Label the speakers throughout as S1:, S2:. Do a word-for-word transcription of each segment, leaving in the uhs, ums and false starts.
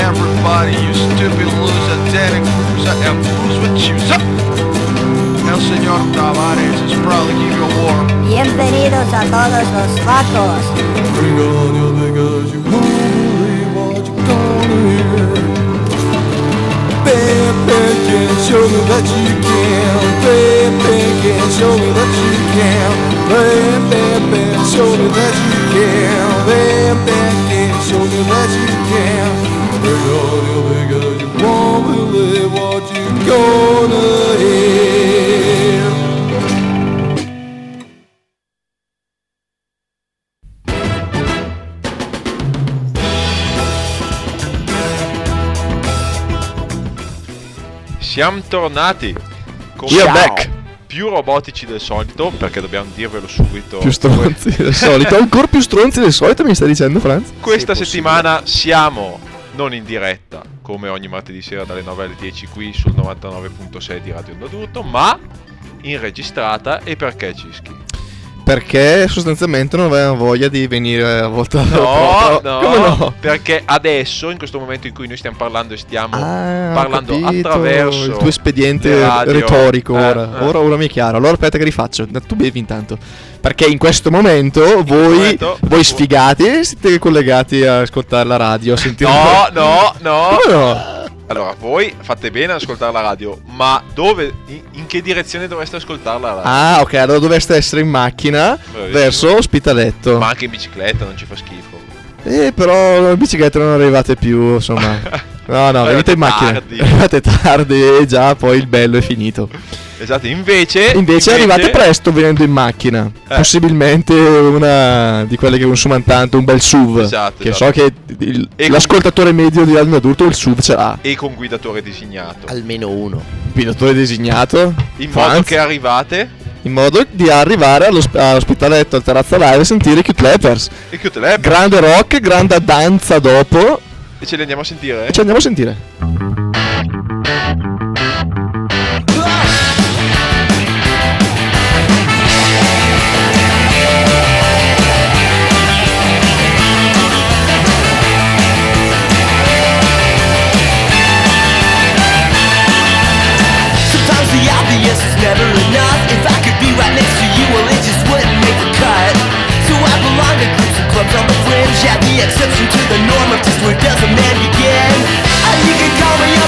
S1: everybody, you stupid loser, Danny Cruiser, and who's with you? El señor Tavares is probably give you a war.
S2: Bienvenidos a todos los vacos.
S3: Bring on your because you won't believe what you're gonna hear. Bam, bam, can show me that you can. Bam, bam, can show me that you can. Bam, bam, bam, show me that you can. Bam, bam, can show me that you can. Bring on your because you won't believe what you're gonna hear.
S4: Siamo tornati con
S5: We are back.
S4: Più robotici del solito, perché dobbiamo dirvelo subito.
S5: Più stronzi del solito. Ancora più stronzi del solito, mi stai dicendo, Franz?
S4: Questa
S5: Sì,
S4: settimana siamo non in diretta, come ogni martedì sera dalle nove alle dieci qui sul novantanove virgola sei di Radio Onda d'Urto, ma in registrata. E perché, Cischi?
S5: Perché sostanzialmente non avevamo voglia di venire a votare.
S4: No, no,
S5: Come no?
S4: perché adesso, in questo momento in cui noi stiamo parlando e stiamo
S5: Ah,
S4: parlando
S5: ho capito,
S4: attraverso
S5: il tuo espediente
S4: le radio.
S5: retorico
S4: Eh,
S5: ora.
S4: eh.
S5: ora ora mi è chiaro. Allora aspetta che rifaccio. Tu bevi intanto. Perché in questo momento voi,
S4: momento-
S5: voi sfigati siete collegati a ascoltare la radio, a sentire.
S4: No, no, no.
S5: Come no?
S4: Allora, voi fate bene ad ascoltare la radio, ma dove, in, in che direzione dovreste ascoltare la radio?
S5: Ah, ok, allora dovreste essere in macchina
S4: Bravissimo.
S5: verso Ospitaletto.
S4: Ma anche in bicicletta, non ci fa schifo.
S5: Eh, però le biciclette non arrivate più, insomma. No, no, venite in macchina.
S4: tardi.
S5: Arrivate tardi e già poi il bello è finito.
S4: Esatto, invece...
S5: Invece arrivate presto venendo in macchina.
S4: Eh.
S5: Possibilmente una di quelle che consumano tanto, un bel S U V.
S4: Esatto,
S5: Che
S4: esatto.
S5: so che il-
S4: E
S5: l'ascoltatore medio di Radio Adulto il S U V ce l'ha.
S4: E con guidatore designato.
S6: Almeno uno.
S5: Guidatore designato.
S4: In modo
S5: Franz,
S4: che arrivate...
S5: in modo di arrivare allo sp- all'Ospitaletto, al Terrazza Live e sentire i Cute Leppers.
S4: E che te l'è?
S5: Grande rock, grande danza dopo.
S4: E ce li andiamo a sentire?
S5: E ci andiamo a sentire.
S7: Sometimes the obvious is never enough. If I could be right next to you, well, it just wouldn't make the cut. So I belong to groups and clubs on the fringe. Yeah, the exception to the norm of just where does a man begin? Uh, you can call me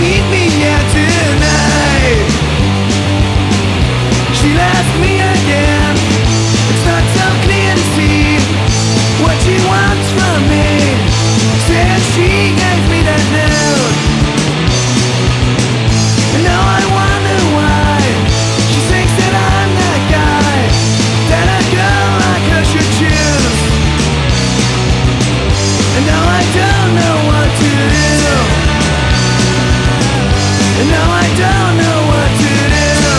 S3: meet me here tonight. She left me again. It's not so clear to see what she wants from me. Said she gave me that note, and now I wonder why she thinks that I'm that guy that a girl like her should choose. And now I don't know what to do. And now I don't know what to do.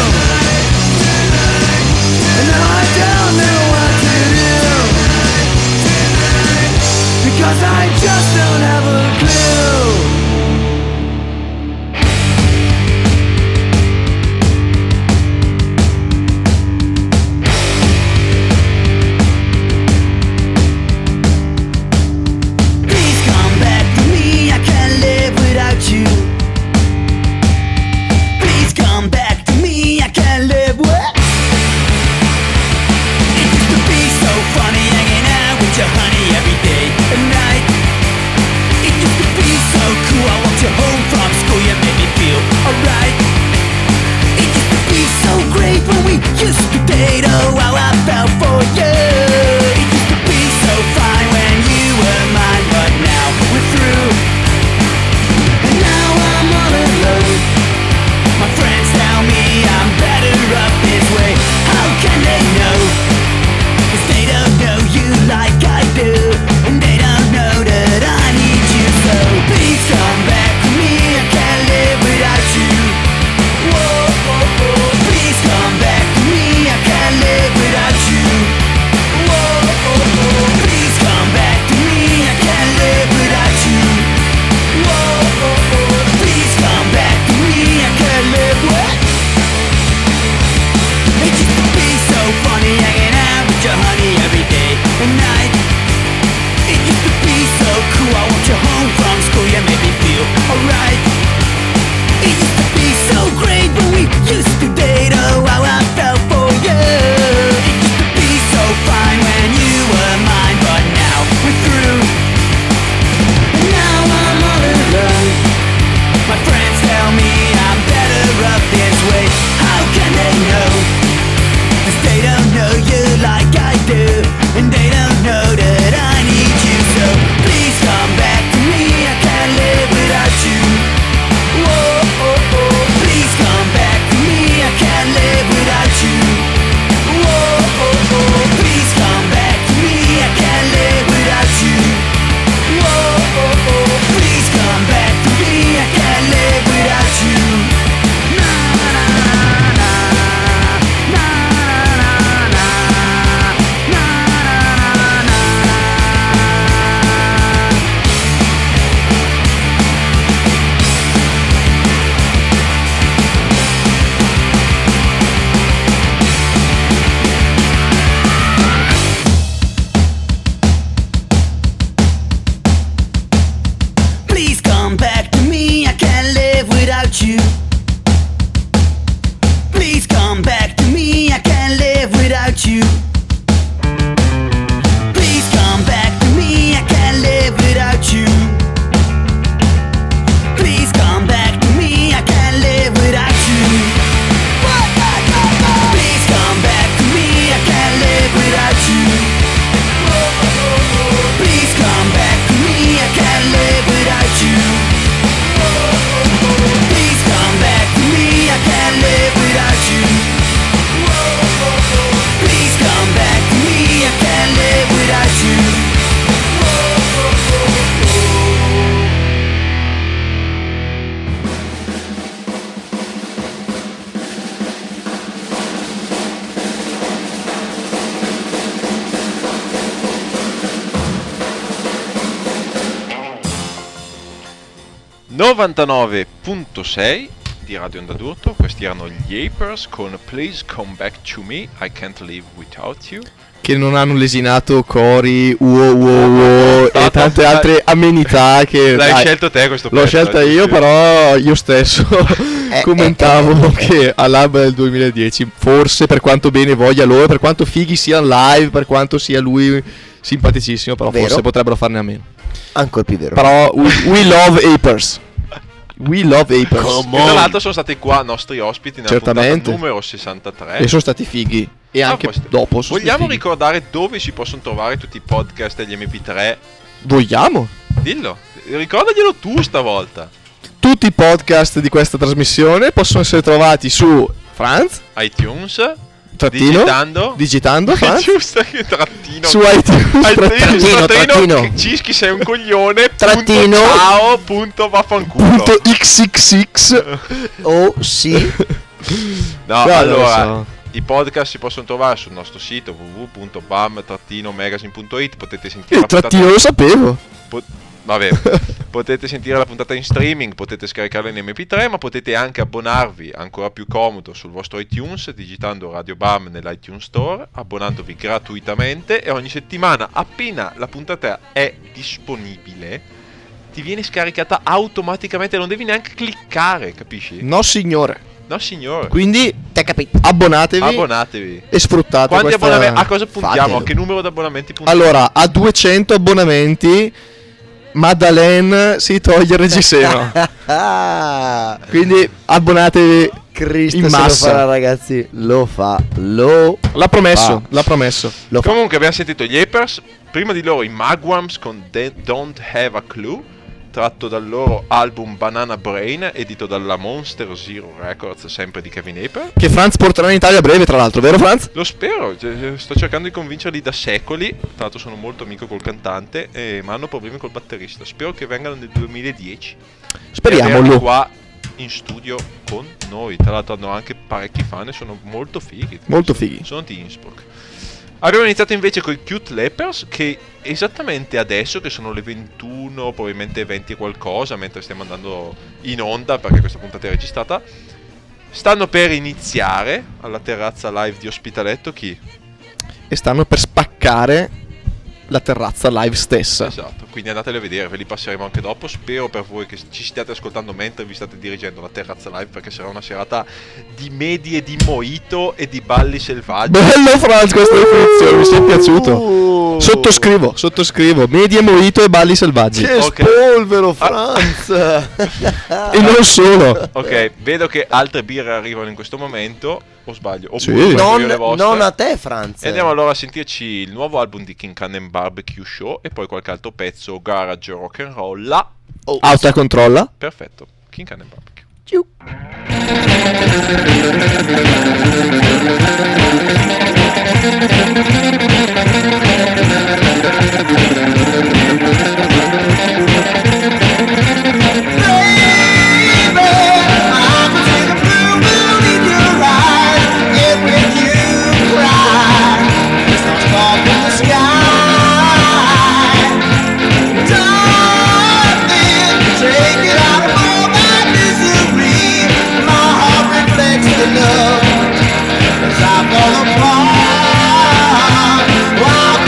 S3: And now I don't know what to do. Because I just don't have a clue. Please come back to me, I can't live without you. Please come back to me, I can't live with. It used to be so funny hanging out with your honey every day and night. It used to be so cool, I walked you home from school, you made me feel alright. It used to be so great when we used to date, oh how I fell for you. It used to be so fine when you were mine, but now we're through. And now I'm all alone. My friends tell me I'm better up this way. How can they know? 'Cause they don't know you like I do, and they don't know that I need you. So please come back to me, I can't live without you. Whoa, whoa, whoa. Please come back to me, I can't live without you. Whoa, whoa, whoa. Please come back to me, I can't live without you. Whoa, whoa, whoa. Please come back to me, I can't live with. It used to be so funny hanging out with your honey every day and night. It used to be so cool, I walked you home from school, you made me feel alright. It used to be so great when we used to date, oh how I fell for you. It used to be so fine when you were mine, but now we're through. And now I'm all alone. My friends tell me I'm better up this way. How can they know? 'Cause they don't know you like I do, and they don't know that I need you. So please come back to me, I can't live without you. Whoa, oh, oh. Please come back to me, I can't live without you. Whoa, oh, oh. Please come back to me, I can't live without you. Whoa, oh, oh. Please come back to me, I can't live without you. Na na na na na na na na na na na. Please come back to me, I can't live without you. Please come back to me, I can't live without you. Please come back to me, I can't live without you. Please come back to me, I can't live without you. Please come back to me, I can't live without you. Please come back to me, I can't live without you. Please come back to me, I can't live without you. Please come back to me, I can't live without you.
S4: novantanove virgola sei di Radio Onda d'Urto, questi erano gli Apers con Please Come Back to Me, I Can't Live Without You.
S5: Che non hanno lesinato cori, uo uo uo e tante altre amenità che...
S4: L'hai
S5: dai,
S4: scelto te questo
S5: l'ho
S4: pezzo?
S5: scelta io, però io stesso commentavo che all'alba del duemiladieci, forse per quanto bene voglia loro, per quanto fighi sia live, per quanto sia lui simpaticissimo, però
S6: Vero.
S5: forse potrebbero farne a meno.
S6: Ancora più vero.
S5: Però we, we love Apers. We love Apers.
S4: E tra l'altro sono stati qua nostri ospiti nella
S5: Certamente.
S4: puntata numero sessantatré.
S5: E sono stati fighi. E
S4: Ah,
S5: anche
S4: questo-
S5: dopo sono
S4: Vogliamo
S5: stati fighi.
S4: ricordare dove si possono trovare tutti i podcast e gli emme pi tre?
S5: Vogliamo?
S4: Dillo, ricordaglielo tu stavolta.
S5: Tutti i podcast di questa trasmissione possono essere trovati su Franz,
S4: iTunes,
S5: trattino,
S4: digitando,
S5: digitando Franz,
S4: giusto che trattino.
S5: su iTunes,
S4: iTunes,
S5: trattino,
S4: trattino,
S5: trattino,
S4: che Cischi sei un coglione.
S2: Trattino.
S4: Punto ciao, punto vaffanculo.
S5: punto xxx.
S2: Oh sì.
S4: No,
S5: Guarda,
S4: allora,
S5: lo so.
S4: i podcast si possono trovare sul nostro sito w w w punto bam magazine punto it. Potete sentire
S5: Il
S4: la puntata.
S5: trattino lo sapevo.
S4: Po- vabbè, potete sentire la puntata in streaming, potete scaricarla in emme pi tre, ma potete anche abbonarvi ancora più comodo sul vostro iTunes digitando Radio Bam nell'iTunes Store, abbonandovi gratuitamente, e ogni settimana, appena la puntata è disponibile, ti viene scaricata automaticamente, non devi neanche cliccare, capisci?
S5: No signore.
S4: No signore.
S5: Quindi
S2: T'hai capito?
S5: abbonatevi
S4: Abbonatevi.
S5: e sfruttate
S4: Quanti
S5: questa...
S4: abbonamenti? A cosa puntiamo?
S2: Fatelo.
S4: A che numero di abbonamenti puntiamo?
S5: Allora, a duecento abbonamenti Maddalene si toglie il reggiseno.
S2: Ah,
S5: Quindi abbonatevi
S2: Cristo
S5: in
S2: se lo
S5: massa.
S2: farà, ragazzi. Lo fa. Lo
S5: L'ha promesso,
S2: Ah.
S5: l'ha promesso.
S2: Lo fa.
S4: Comunque abbiamo sentito gli Apers, prima di loro i Magwams con De- Don't Have a Clue, tratto dal loro album Banana Brain, edito dalla Monster Zero Records, sempre di Kevin Aper.
S5: Che Franz porterà in Italia a breve, tra l'altro, vero Franz?
S4: Lo spero, cioè, sto cercando di convincerli da secoli, tra l'altro sono molto amico col cantante, eh, ma hanno problemi col batterista. Spero che vengano nel duemiladieci. E averli
S5: Speriamolo.
S4: qua in studio con noi. Tra l'altro hanno anche parecchi fan e sono molto fighi.
S5: Molto
S4: Sono-
S5: fighi.
S4: Sono di Innsbruck. Abbiamo iniziato invece con i Cute Lepers, che esattamente adesso, che sono le ventuno, probabilmente venti e qualcosa, mentre stiamo andando in onda, perché questa puntata è registrata, stanno per iniziare alla terrazza live di Ospitaletto. Chi?
S5: E stanno per spaccare la terrazza live stessa.
S4: Esatto, quindi andateli a vedere, ve li passeremo anche dopo. Spero per voi che ci stiate ascoltando mentre vi state dirigendo alla terrazza live, perché sarà una serata di medie, di mojito e di balli selvaggi.
S5: Bello Franz questa definizione, mi sei piaciuto.
S2: Uh,
S5: Sottoscrivo, sottoscrivo. Medie, mojito e balli selvaggi.
S2: Che
S4: Ok.
S2: spolvero, Franz.
S5: E non solo.
S4: Ok, vedo che altre birre arrivano in questo momento, o sbaglio? Oppure
S5: Sì.
S4: prendo
S2: non,
S4: io le vostre.
S2: non a te, Franz.
S4: E andiamo allora a sentirci il nuovo album di King Cannon Barbecue Show e poi qualche altro pezzo garage rock and roll. Là,
S2: Oh,
S5: Auto controlla.
S4: perfetto, King Cannon Barbecue.
S2: Ciu.
S3: Love, 'cause I fall apart. Why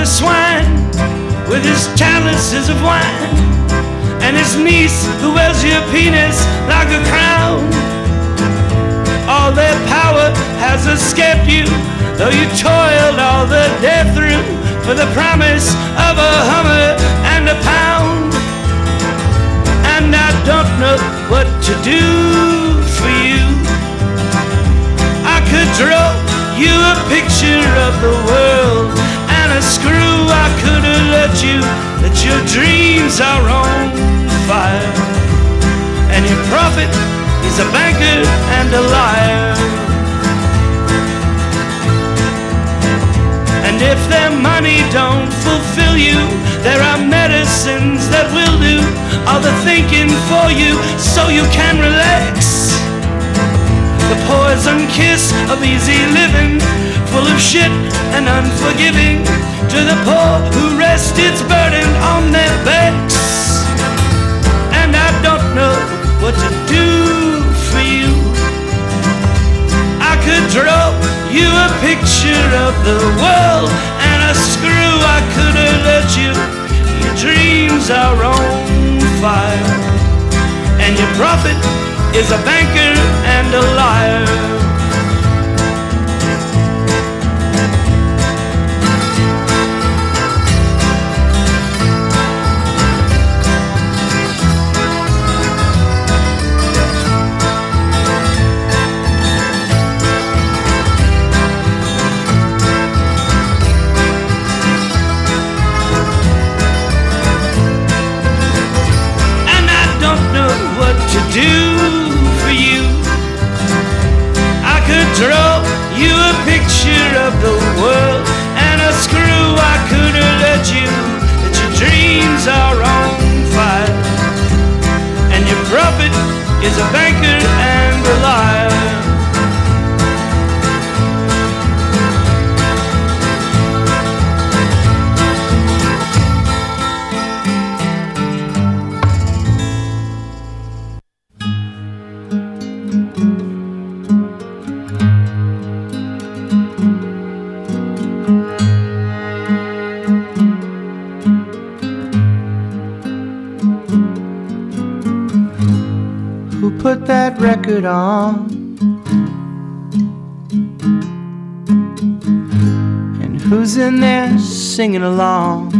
S6: swine with his chalices of wine, and his niece who wears your penis like a crown. All their power has escaped you, though you toiled all the day through for the promise of a Hummer and a pound. And I don't know what to do for you. I could draw you a picture of the world and a screw. I could have let you that your dreams are on fire, and your prophet is a banker and a liar. And if their money don't fulfill you, there are medicines that will do all the thinking for you, so you can relax. The poison kiss of easy living, full of shit and unforgiving, to the poor who rest its burden on their backs. And I don't know what to do for you. I could draw you a picture of the world and a screw. I could have let you. Your dreams are on fire, and your prophet is a banker and a liar. Do for you. I could draw you a picture of the world and a screw. I could have let you that your dreams are on fire, and your prophet is a banker and a liar. Put that record on, and who's in there singing along?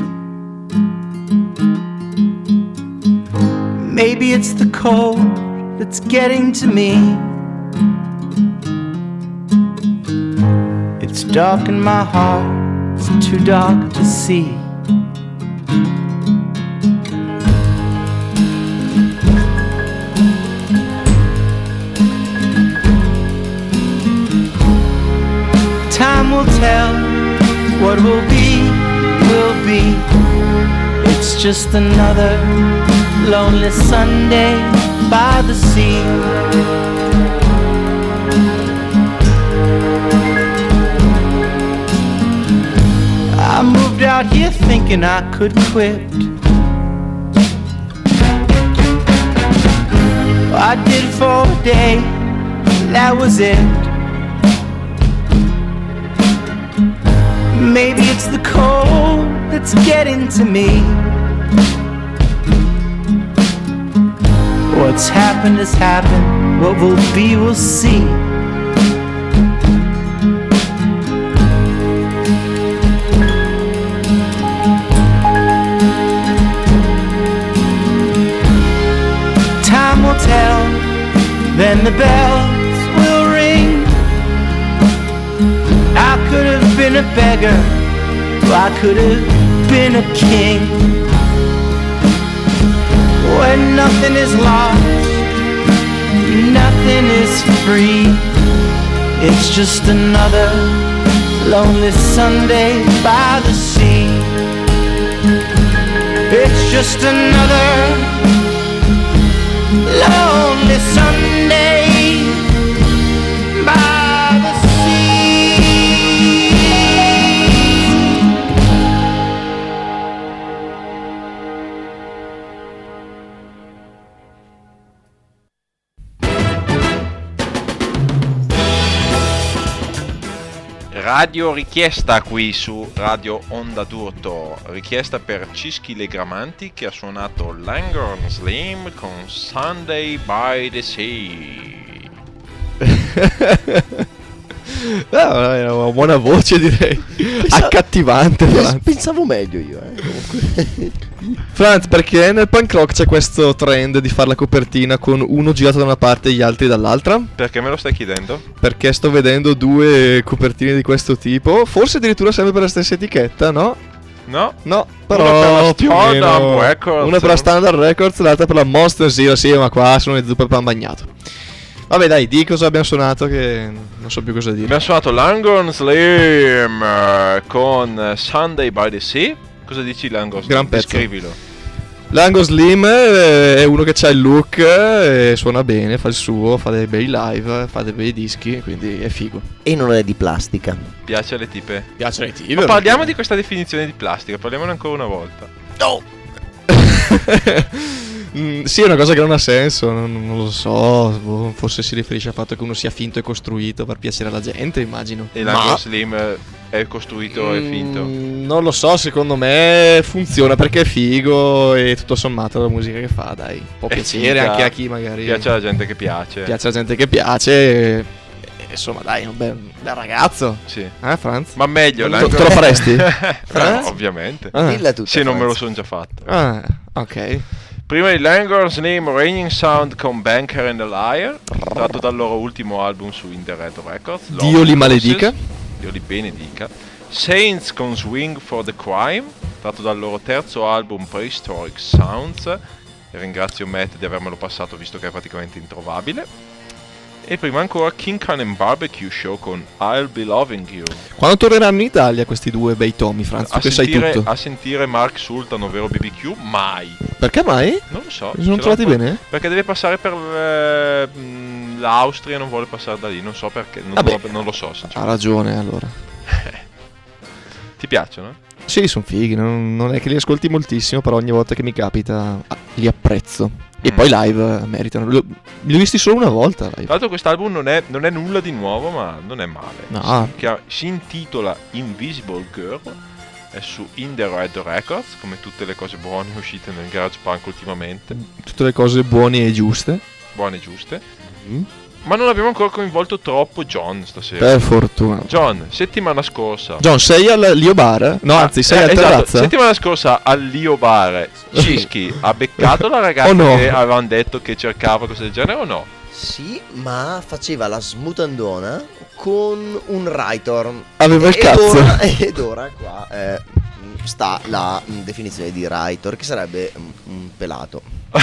S6: Maybe it's the cold that's getting to me. It's dark in my heart, it's too dark to see. Time will tell, what will be, will be. It's just another lonely Sunday by the sea. I moved out here thinking I could quit. I did it for a day, that was it. Maybe it's the cold that's getting to me. What's happened has happened, what will be we'll see. Time will tell, then the bells will ring. I could have been a beggar, I could have been a king. When nothing is lost, nothing is free. It's just another lonely Sunday by the sea. It's just another lonely Sunday by the sea.
S4: Radio richiesta qui su Radio Onda d'Urto, richiesta per Cischi Legramanti che ha suonato Langhorne Slim con Sunday by the Sea.
S5: Ah, era una buona voce, direi.
S2: Pensa-
S5: Accattivante, Franz.
S2: Pensavo meglio io, eh. Comunque.
S5: Franz, perché nel punk rock c'è questo trend di fare la copertina con uno girato da una parte e gli altri dall'altra?
S4: Perché me lo stai chiedendo?
S5: Perché sto vedendo due copertine di questo tipo. Forse addirittura sempre per la stessa etichetta, no?
S4: No?
S5: No,
S4: Una
S5: però
S4: per la
S5: più o
S4: Standard
S5: meno.
S4: Records.
S5: Una per la Standard Records, l'altra per la Monster Zero. Sì, ma qua sono le zuppe pan bagnato. Vabbè, dai, di cosa abbiamo suonato che non so più cosa dire.
S4: Abbiamo suonato Langhorne Slim eh, con Sunday by the Sea. Cosa dici Langhorne Slim?
S5: Gran pezzo.
S4: Descrivilo.
S5: Lango Slim eh, è uno che ha il look e suona bene, fa il suo, fa dei bei live, fa dei bei dischi, quindi è figo.
S2: E non è di plastica.
S4: Piace alle tipe?
S5: Piace ai tipi.
S4: Ma parliamo di questa definizione di plastica, parliamone ancora una volta.
S2: No!
S5: Mm, sì, è una cosa che non ha senso, non, non lo so, boh, forse si riferisce al fatto che uno sia finto e costruito per piacere alla gente, immagino.
S4: E Langhorne Slim eh, è costruito e finto.
S5: Mm, non lo so, secondo me funziona perché è figo e tutto sommato la musica che fa, dai, può
S4: È
S5: piacere
S4: figa,
S5: anche a chi magari
S4: Piace alla gente che piace.
S5: piace alla gente che piace e, e, insomma, dai, è un bel, bel ragazzo.
S4: Sì.
S5: Eh, Franz?
S4: Ma meglio,
S5: Te-
S4: Langhorne-
S5: te lo faresti?
S4: Eh,
S5: Eh?
S4: ovviamente.
S5: Ah.
S2: Dilla tutta,
S4: Se non me lo
S2: Franz.
S4: sono già fatto.
S5: Ah, ok.
S4: Prima di Langhorne Slim, Raining Sound con Banker and the Liar, tratto dal loro ultimo album su In The Red Records.
S5: Dio
S4: Love
S5: li
S4: Horses.
S5: maledica.
S4: Dio li benedica. Saints con Swing for the Crime, tratto dal loro terzo album Prehistoric Sounds. E ringrazio Matt di avermelo passato visto che è praticamente introvabile. E prima ancora King Khan Barbecue Show con I'll Be Loving You.
S5: Quando torneranno in Italia questi due bei tomi, Franz? Tu
S4: A
S5: che sai
S4: sentire,
S5: tutto.
S4: a sentire Mark Sultan, ovvero B B Q, mai.
S5: Perché mai?
S4: Non lo so.
S5: Si sono
S4: ce
S5: trovati
S4: l'ho un po'-
S5: bene?
S4: Perché deve passare per eh, mh, l'Austria, non vuole passare da lì. Non so perché. Non,
S5: Vabbè.
S4: non- non lo so.
S5: Ha
S4: sinceramente.
S5: ragione, allora.
S4: Ti piacciono?
S5: Sì, sono fighi, non, non è che li ascolti moltissimo, però ogni volta che mi capita ah, li apprezzo. E
S4: Mm.
S5: poi live eh, meritano. Li ho, li ho visti solo una volta live.
S4: Tra l'altro quest'album non è, non è nulla di nuovo, ma non è male.
S5: No.
S4: Si, chia- si intitola Invisible Girl. È su In The Red Records, come tutte le cose buone uscite nel garage punk ultimamente.
S5: Tutte le cose buone e giuste.
S4: Buone e giuste.
S5: Mm.
S4: Ma non abbiamo ancora coinvolto troppo John stasera.
S5: Per fortuna.
S4: John, settimana scorsa.
S5: John, sei al Lio Bar? No, anzi, sei
S4: Eh,
S5: al
S4: esatto.
S5: terrazza?
S4: Settimana scorsa al Lio Bar Cischi ha beccato la ragazza
S5: Oh no.
S4: che avevano detto che cercava cose del genere o no?
S2: Sì, ma faceva la smutandona con un Raitor.
S5: Aveva il
S2: Ed
S5: cazzo.
S2: ora- Ed ora qua eh, sta la mm, definizione di Raitor, che sarebbe mm, un pelato.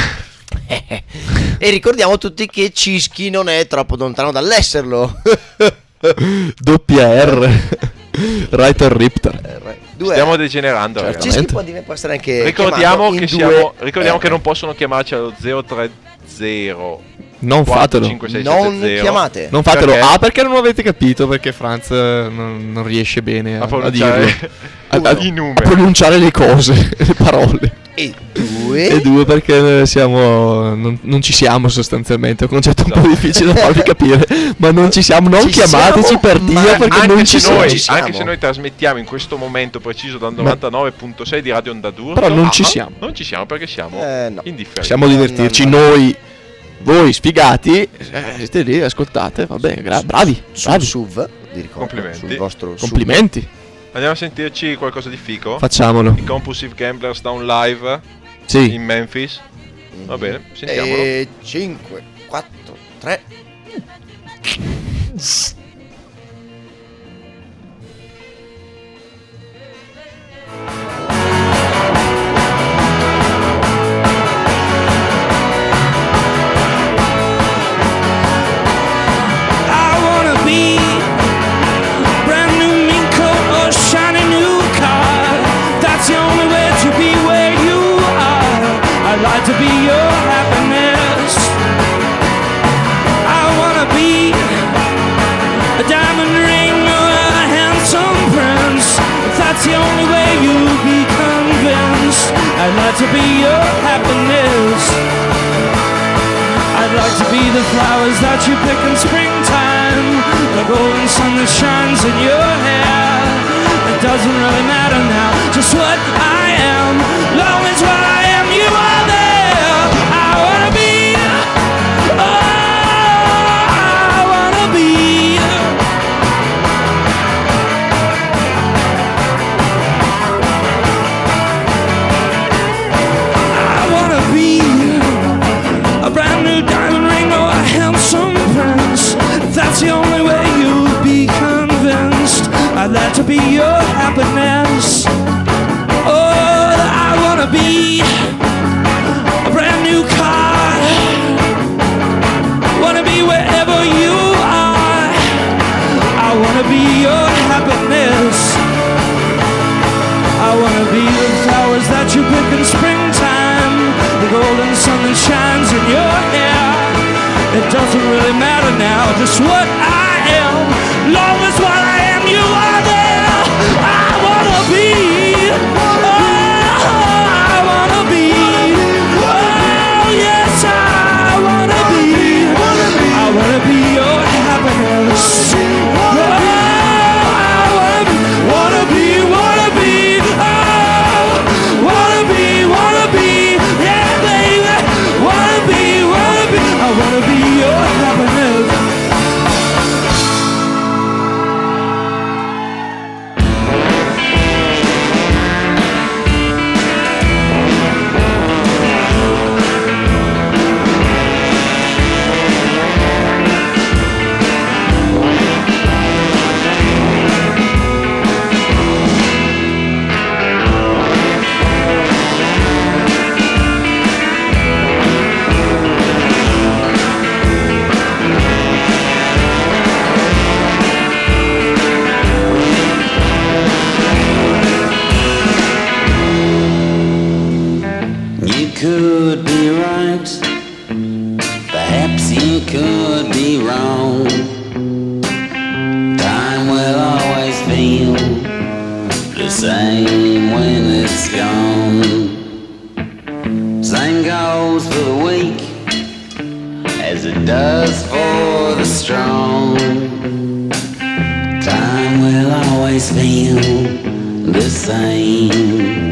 S2: E ricordiamo tutti che Cischi non è troppo lontano dall'esserlo.
S5: Doppia R. Writer Ripter.
S2: Eh, Due
S4: Stiamo
S2: R.
S4: degenerando,
S2: Cioè,
S4: ragazzi.
S2: Cischi
S5: veramente.
S2: può, può essere anche
S4: Ricordiamo,
S2: chiamato
S4: che,
S2: in
S4: siamo,
S2: due
S4: ricordiamo
S2: R.
S4: che non possono chiamarci allo zero tre zero
S5: Non
S4: quattro
S5: fatelo.
S4: cinque sei
S2: Non
S4: sette zero
S2: chiamate.
S5: Non fatelo.
S4: Perché?
S5: Ah, perché non avete capito? Perché Franz eh, non, non riesce bene a,
S4: a
S5: a
S4: pronunciare
S5: dirlo. A, a-
S4: i
S5: a
S4: numeri.
S5: pronunciare le cose, le parole.
S2: E due.
S5: E due perché siamo non, non ci siamo sostanzialmente. È un concetto un po' difficile da farvi capire. Ma non ci siamo. Non
S2: Ci
S5: chiamateci
S2: siamo,
S5: per
S2: ma
S5: Dio perché
S4: anche
S5: non ci
S4: se
S5: siamo.
S4: noi,
S2: Ci siamo.
S4: anche se noi trasmettiamo in questo momento preciso dal
S5: Ma-
S4: novantanove virgola sei di Radio Onda d'Urto,
S5: Però non ci
S4: ah,
S5: siamo.
S4: Non ci siamo perché siamo
S2: Eh, no.
S4: indifferenti.
S5: Possiamo divertirci
S2: No, no, no.
S5: noi. Voi sfigati, eh, siete lì, ascoltate, va bene, gra- bravi,
S2: Sul
S5: bravi.
S2: S U V, vi ricordo,
S4: Complimenti.
S2: sul vostro S U V.
S5: Complimenti.
S4: Andiamo a sentirci qualcosa di fico?
S5: Facciamolo.
S4: I Compulsive Gamblers da un live
S5: Sì.
S4: in Memphis. Va bene, sentiamolo.
S2: E cinque, quattro, tre.
S6: I wanna be brand new mink coat or shiny new car. That's the only way to be where you are. I'd like to be your happiness. I wanna be a diamond ring or a handsome prince. If that's the only way you'll be convinced, I'd like to be your happiness. I'd like to be the flowers that you pick in springtime, the golden sun that shines in your hair. It doesn't really matter now, just what I am, long as what I am, you are there. I wanna be, oh, I wanna be. I wanna be a brand new diamond ring or a handsome prince. That's the only way you'll be convinced. I'd like to be your happiness. Oh, I wanna be a brand new car. Wanna be wherever you are. I wanna be your happiness. I wanna be the flowers that you pick in springtime, the golden sun that shines in your hair. It doesn't really matter now, just what I am, long as what I am, you are there. I wanna be, oh, I wanna be, oh, yes, I wanna be, I wanna be your happiness. Oh, I wanna be, wanna be, wanna be, oh, wanna be, wanna be, yeah, baby, wanna be, wanna be, I wanna be your happiness.
S8: You could be right, perhaps you could be wrong. Time will always feel the same when it's gone. Same goes for the weak as it does for the strong. Time will always feel the same.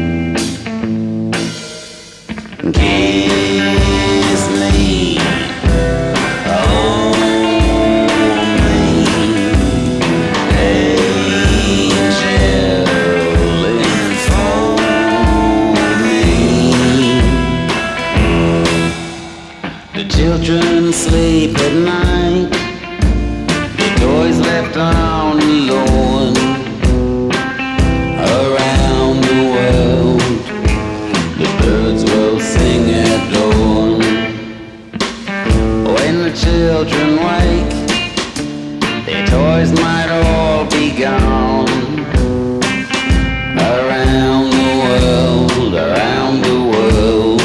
S8: Kiss me, hold me, angel, enfold me. The children sleep at night, the toys left on the lawn. Around the world, the birds will sing at dawn. When the children wake, their toys might all be gone. Around the world, around the world.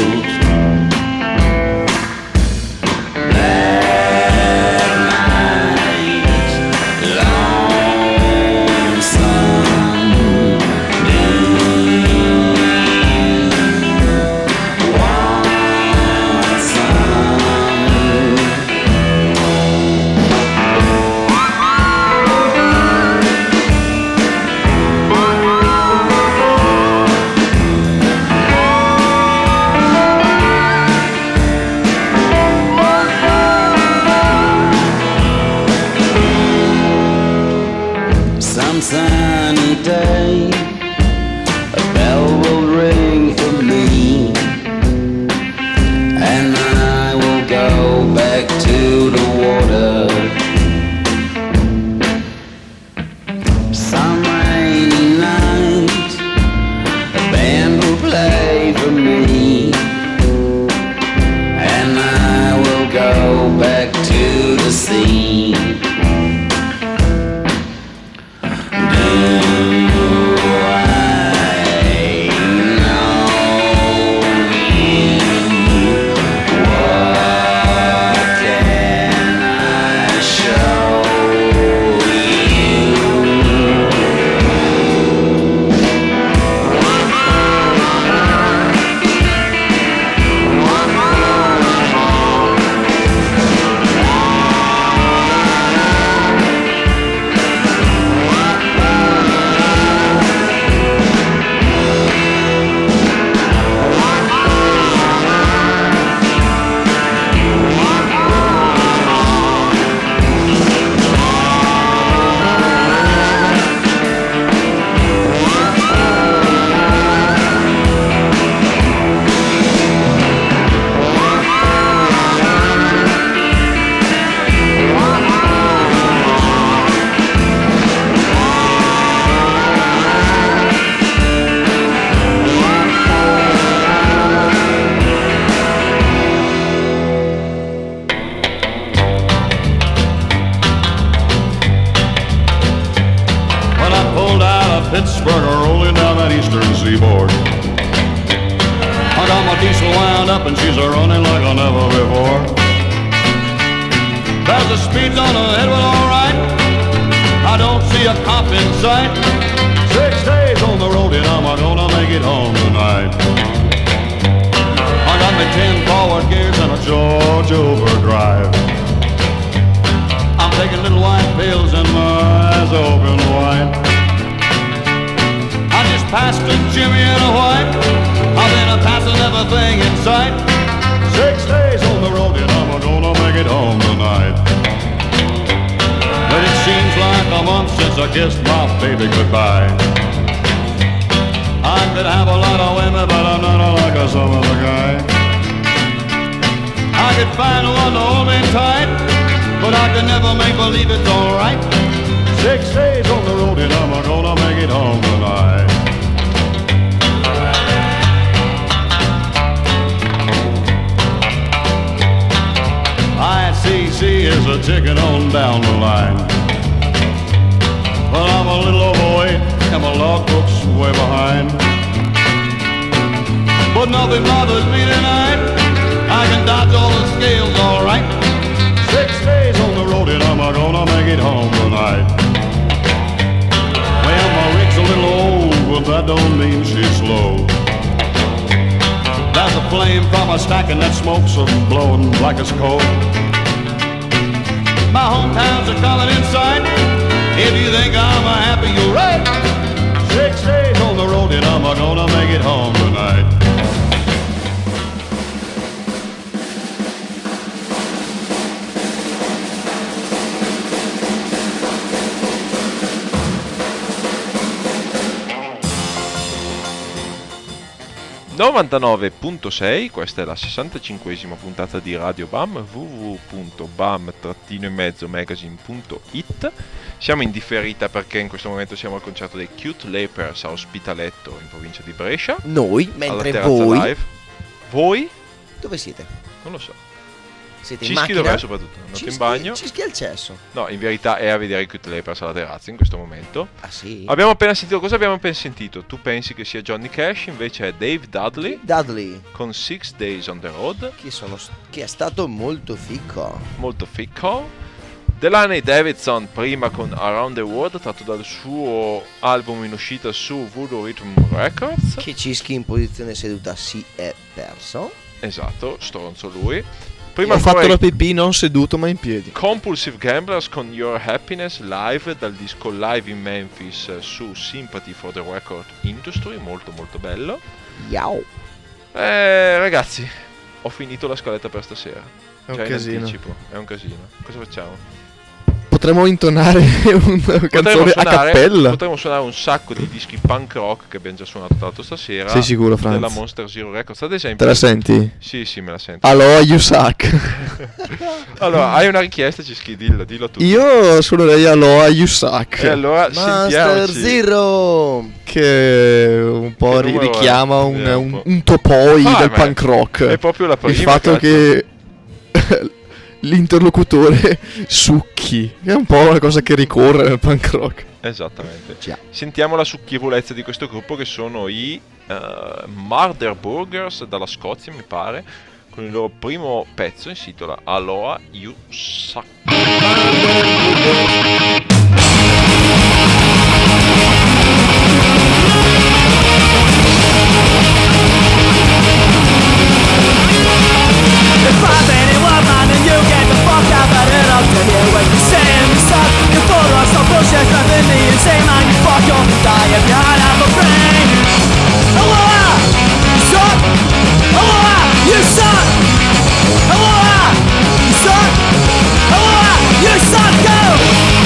S8: Black night, lonesome
S9: Johannesburg rolling down that eastern seaboard. I got my diesel wound up and she's a running like I never before. There's a speed on ahead, well alright, I don't see a cop in sight. Six days on the road and I'm gonna make it home tonight. I got me ten forward gears and a George overdrive. I'm taking little white pills and my eyes open wide. I just passed a Jimmy and a white. I've been a passing everything in sight. Six days on the road and I'm gonna make it home tonight. But it seems like a month since I kissed my baby goodbye. I could have a lot of women, but I'm not like a some other guy. I could find one to hold me tight, but I could never make believe it's alright. Six days on the road and I'm gonna make it home tonight. I C C is a ticking on down the line. Well, I'm a little overweight and my logbook's way behind. But nothing bothers me tonight. I can dodge all the scales alright. Six days on the road and I'm gonna make it home tonight. Well, my rig's a little old, but that don't mean she's slow. There's a flame from a stack and that smoke's a blowing like it's cold. My hometowns are coming in sight. If you think I'm a happy, you're right. Six days on the road and I'm gonna make it home tonight.
S4: novantanove virgola sei, questa è la sessantacinquesima puntata di Radio Bam, w w w punto bam trattino in mezzo magazine punto it. Siamo in differita perché in questo momento siamo al concerto dei Cute Lepers a Ospitaletto in provincia di Brescia.
S2: Noi, mentre
S4: alla
S2: voi
S4: live. Voi?
S2: Dove siete?
S4: Non lo so.
S2: Siete in
S4: Cischi
S2: macchina?
S4: dov'è soprattutto? Andato
S2: Cischi,
S4: in bagno?
S2: Cischi al cesso.
S4: No, in verità è a vedere i Cute Lepers alla terrazza in questo momento.
S2: Ah sì?
S4: Abbiamo appena sentito, cosa abbiamo appena sentito? Tu pensi che sia Johnny Cash, invece è Dave Dudley.
S2: Dudley.
S4: Con Six Days on the Road.
S2: Che, sono, che è stato molto ficco.
S4: Molto ficco. Delaney Davidson prima con Around the World, tratto dal suo album in uscita su Voodoo Rhythm Records.
S2: Che Cischi in posizione seduta si è perso.
S4: Esatto, stronzo lui. Prima
S5: ho fatto la pipì non seduto ma in piedi.
S4: Compulsive Gamblers con Your Happiness live dal disco Live in Memphis su Sympathy for the Record Industry, molto molto bello.
S2: Yow.
S4: Eh, ragazzi, ho finito la scaletta per stasera.
S5: È un
S4: Già in
S5: casino.
S4: anticipo, È un casino. Cosa facciamo?
S5: Potremmo intonare una canzone a
S4: suonare,
S5: cappella.
S4: Potremmo suonare un sacco di dischi punk rock che abbiamo già suonato tra l'altro stasera.
S5: Sei sicuro, Franz?
S4: Della Monster Zero Records, ad esempio.
S5: Te la senti?
S4: Sì, sì, me la sento.
S5: Allora, you suck.
S4: Allora, hai una richiesta, Cischi? Dillo, dillo tu.
S5: Io suonerei Aloha, you suck.
S4: E allora
S2: Monster
S4: sentiamoci.
S2: Zero.
S5: Che un po'
S4: Che numero
S5: richiama
S4: è?
S5: un,
S4: Vediamo
S5: un,
S4: un po'.
S5: un topoi
S4: Ah,
S5: del
S4: beh,
S5: punk rock.
S4: è proprio la prima,
S5: Il fatto
S4: cazzo.
S5: che l'interlocutore succhi è un po' una cosa che ricorre nel punk rock.
S4: Esattamente.
S2: Già.
S4: Sentiamo la succhievolezza di questo gruppo, che sono i uh, Murder Burgers dalla Scozia, mi pare, con il loro primo pezzo, si intitola Aloha You Suck.
S7: If I'm anyone, man, then you get the fuck out of it up to here when you say me suck. You full of some bullshit, nothing to you say, man, you fuck, you'll die if you don't have a brain. Aloha, you suck. Aloha, you suck. Aloha, you suck. Aloha, you suck, go.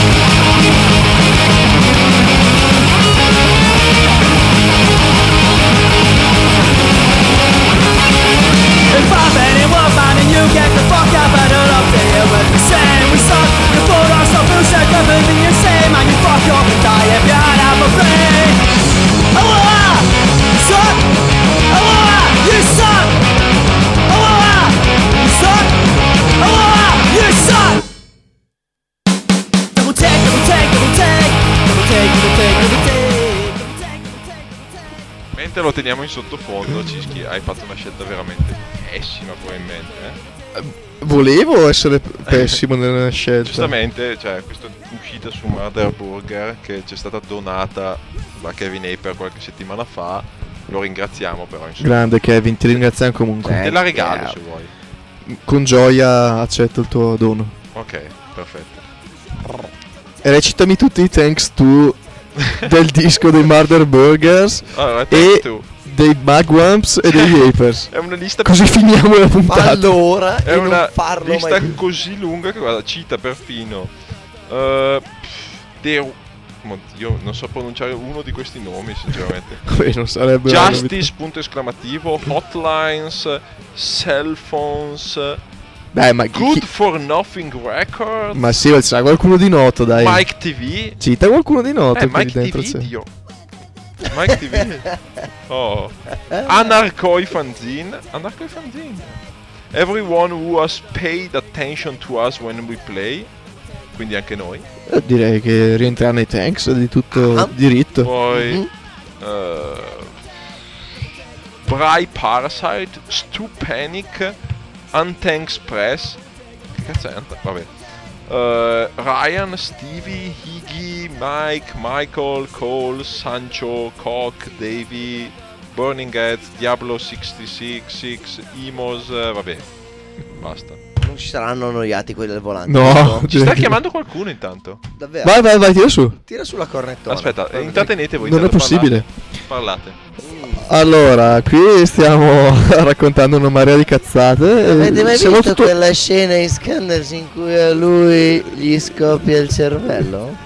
S4: te lo teniamo in sottofondo, Cischi. Hai fatto una scelta veramente pessima probabilmente, eh?
S5: Volevo essere p- pessimo nella scelta.
S4: Giustamente, cioè, questa uscita su Murder Burger che ci è stata donata da Kevin Aper qualche settimana fa. Lo ringraziamo però, insomma.
S5: Grande Kevin, ti ringraziamo comunque.
S4: Te la regalo se vuoi.
S5: Con gioia accetto il tuo dono.
S4: Ok, perfetto.
S5: E recitami tutti i thanks to del disco dei Murder Burgers
S4: Allora,
S5: e
S4: tu.
S5: dei Magwamps e degli Apers.
S4: È una lista
S5: Così finiamo la puntata.
S2: Allora,
S4: È
S2: e
S4: una
S2: non farlo
S4: lista
S2: mai.
S4: così lunga che guarda, cita perfino uh, De... Io non so pronunciare uno di questi nomi sinceramente.
S5: Poi non sarebbe
S4: Justice, punto esclamativo, Hotlines, Cell Phones,
S5: Beh, ma
S4: Good
S5: chi-
S4: for Nothing Records,
S5: Ma sì, ma c'è qualcuno di noto, dai.
S4: Mike T V.
S5: Cita qualcuno di noto
S4: Eh,
S5: che lì
S4: Mike
S5: dentro
S4: T V,
S5: c'è.
S4: Dio. Mike T V. Oh. Anarchoi Fanzine. Anarchoi Fanzine. Everyone who has paid attention to us when we play. Quindi anche noi.
S5: Eh, Direi che rientra nei thanks di tutto
S2: Ah.
S5: diritto.
S4: Poi
S2: Mhm.
S4: uh, Bry Parasite, Stu Panic, Unthanks Press. Che cazzo è Unt- Vabbè. Uh, Ryan, Stevie, Higgy, Mike, Michael, Cole, Sancho, Koch, Davey, Burning Heads, Diablo sessantasei, Six, Imos, eh, vabbè. Basta.
S2: Non ci saranno annoiati quelli del volante.
S5: No.
S2: giusto?
S4: Ci sta chiamando qualcuno intanto.
S2: Davvero.
S5: Vai, vai, vai, tira su.
S2: Tira sulla cornettona.
S4: Aspetta,
S2: Guarda,
S4: intrattenete voi.
S5: Non è
S4: intanto
S5: possibile.
S4: Parlate.
S5: Allora, qui stiamo raccontando una marea di cazzate. e
S2: Avete mai
S5: siamo
S2: visto
S5: tutto-
S2: quella scena in Scandals in cui a lui gli scoppia il cervello?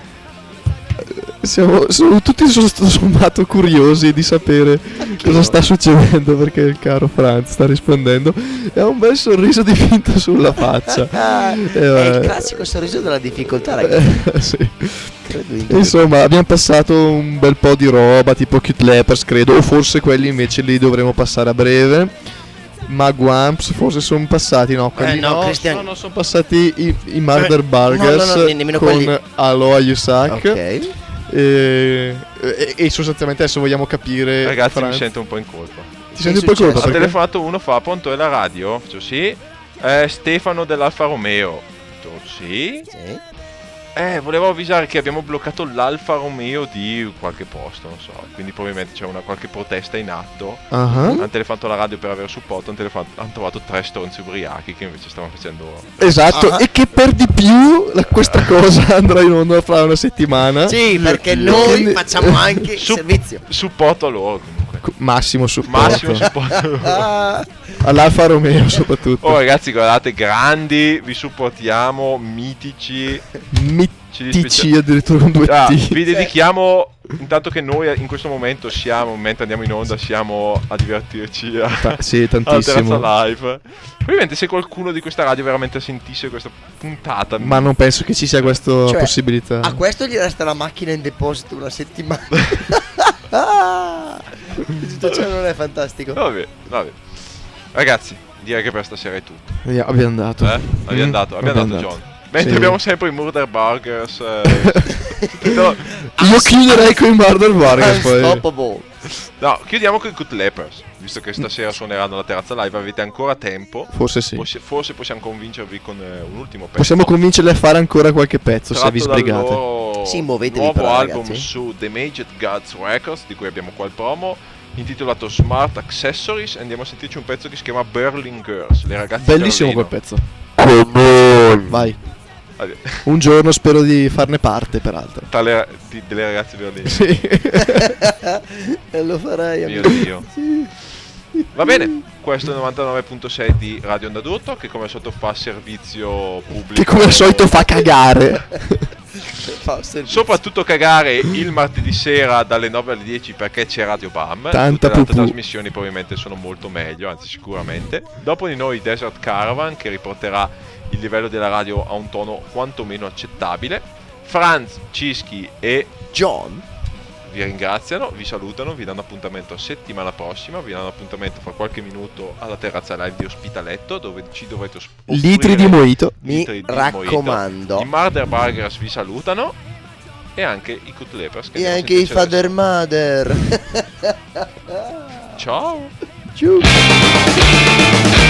S5: Siamo, siamo tutti tutto sommato curiosi di sapere cosa sta succedendo, perché il caro Franz sta rispondendo e ha un bel sorriso di finta sulla faccia.
S2: Ah,
S5: Eh,
S2: è il
S5: vabbè.
S2: classico sorriso della difficoltà, ragazzi.
S5: Eh, sì.
S2: Credo in
S5: Insomma, abbiamo passato un bel po' di roba, tipo Cute Lepers, credo, o forse quelli invece li dovremo passare a breve. Magwamps forse sono passati, no, quelli
S2: Eh, no,
S5: no,
S2: Christian-
S5: no, no, sono passati i, i Murder
S2: Eh,
S5: Burgers
S2: no, no, no, nemmeno
S5: con
S2: quelli.
S5: Aloha You Suck.
S2: Ok.
S5: E, e, e sostanzialmente adesso vogliamo capire.
S4: Ragazzi,
S5: Franz,
S4: mi sento un po' in colpa.
S5: ti senti un
S2: Che
S5: po'
S2: è
S5: colpa
S4: Ha
S2: successo?
S5: perché?
S4: telefonato uno fa, pronto, è la radio? Faccio sì. Eh, Stefano dell'Alfa Romeo. Faccio, sì.
S2: Sì.
S4: Eh, volevo avvisare che abbiamo bloccato l'Alfa Romeo di qualche posto, non so. Quindi probabilmente c'è una qualche protesta in atto.
S5: Ah,
S4: Hanno telefonato alla radio per avere supporto, hanno, telefonato, hanno trovato tre stronzi ubriachi che invece stavano facendo...
S5: esatto,
S2: Ah.
S5: e che per di più la- questa cosa andrà in onda fra una settimana.
S2: Sì, perché noi
S5: Quindi-
S2: facciamo anche il
S4: Su-
S2: servizio.
S4: supporto a loro comunque.
S5: Massimo supporto.
S4: Massimo supporto a loro.
S2: Ah,
S5: All'Alfa Romeo soprattutto.
S4: Oh ragazzi, guardate, grandi, vi supportiamo, mitici. Ci
S5: Mitici
S4: dispiace-
S5: addirittura con due
S4: Ah,
S5: T.
S4: vi dedichiamo, intanto che noi in questo momento siamo, mentre andiamo in onda, siamo a divertirci a,
S5: Ta- sì,
S4: alla
S5: tantissimo.
S4: terrazza live. Ovviamente se qualcuno di questa radio veramente sentisse questa puntata,
S5: Ma non penso che ci sia questa
S2: Cioè,
S5: possibilità.
S2: a questo gli resta la macchina in deposito una settimana. Ah, la situazione non è fantastico.
S4: Vabbè, vabbè. Ragazzi, direi che per stasera è tutto.
S5: Via, abbiamo dato.
S4: Eh? Abbiamo
S5: Mm,
S4: dato, abbiamo dato
S5: dato.
S4: John. Mentre
S5: Sì.
S4: abbiamo sempre i Murder Burgers. Eh, tutto-
S5: Io chiuderei con i Murder Burgers poi.
S2: Unstoppable.
S4: No, chiudiamo con i Good Lepers. Visto che stasera suoneranno alla terrazza live, avete ancora tempo.
S5: Forse sì.
S4: Possi- forse possiamo convincervi con eh, un ultimo pezzo.
S5: Possiamo convincerli a fare ancora qualche pezzo se
S4: tratto
S5: vi
S4: dal
S5: sbrigate.
S4: loro
S2: Sì, muovetevi
S4: nuovo
S2: però,
S4: album
S2: ragazzi.
S4: su The Maged Gods Records, di cui abbiamo qua il promo, intitolato Smart Accessories, e andiamo a sentirci un pezzo che si chiama Berlin Girls, le ragazze di
S5: Bellissimo quel
S4: Berlino.
S5: pezzo. Vai.
S4: Vabbè,
S5: Un giorno spero di farne parte, peraltro.
S4: tra le, di- delle ragazze di Berlino.
S5: Sì.
S2: E lo farei.
S4: Mio
S2: amico.
S4: Dio. Va bene, questo è il novantanove virgola sei di Radio Onda d'Urto, che come al solito fa servizio pubblico.
S5: Che come al solito fa cagare.
S2: Fa un servizio.
S4: Soprattutto cagare il martedì sera dalle nove alle dieci, perché c'è Radio Bam.
S5: Tanta
S4: Tutte le altre
S5: pupù.
S4: trasmissioni probabilmente sono molto meglio, anzi sicuramente. Dopo di noi Desert Caravan, che riporterà il livello della radio a un tono quantomeno accettabile. Franz, Cischi e
S2: John.
S4: vi ringraziano, vi salutano, vi danno appuntamento settimana prossima, vi danno appuntamento fra qualche minuto alla terrazza live di Ospitaletto, dove ci dovrete os-
S5: Litri
S4: offrire
S5: di mojito.
S2: Mi
S4: litri di
S2: raccomando.
S4: mojito. I Murder Burgers vi salutano e anche i Cut Lepers. che
S2: E
S4: andiamo a
S2: anche i
S4: sentirci
S2: Father Mother.
S4: adesso. Ciao!
S5: Ciao.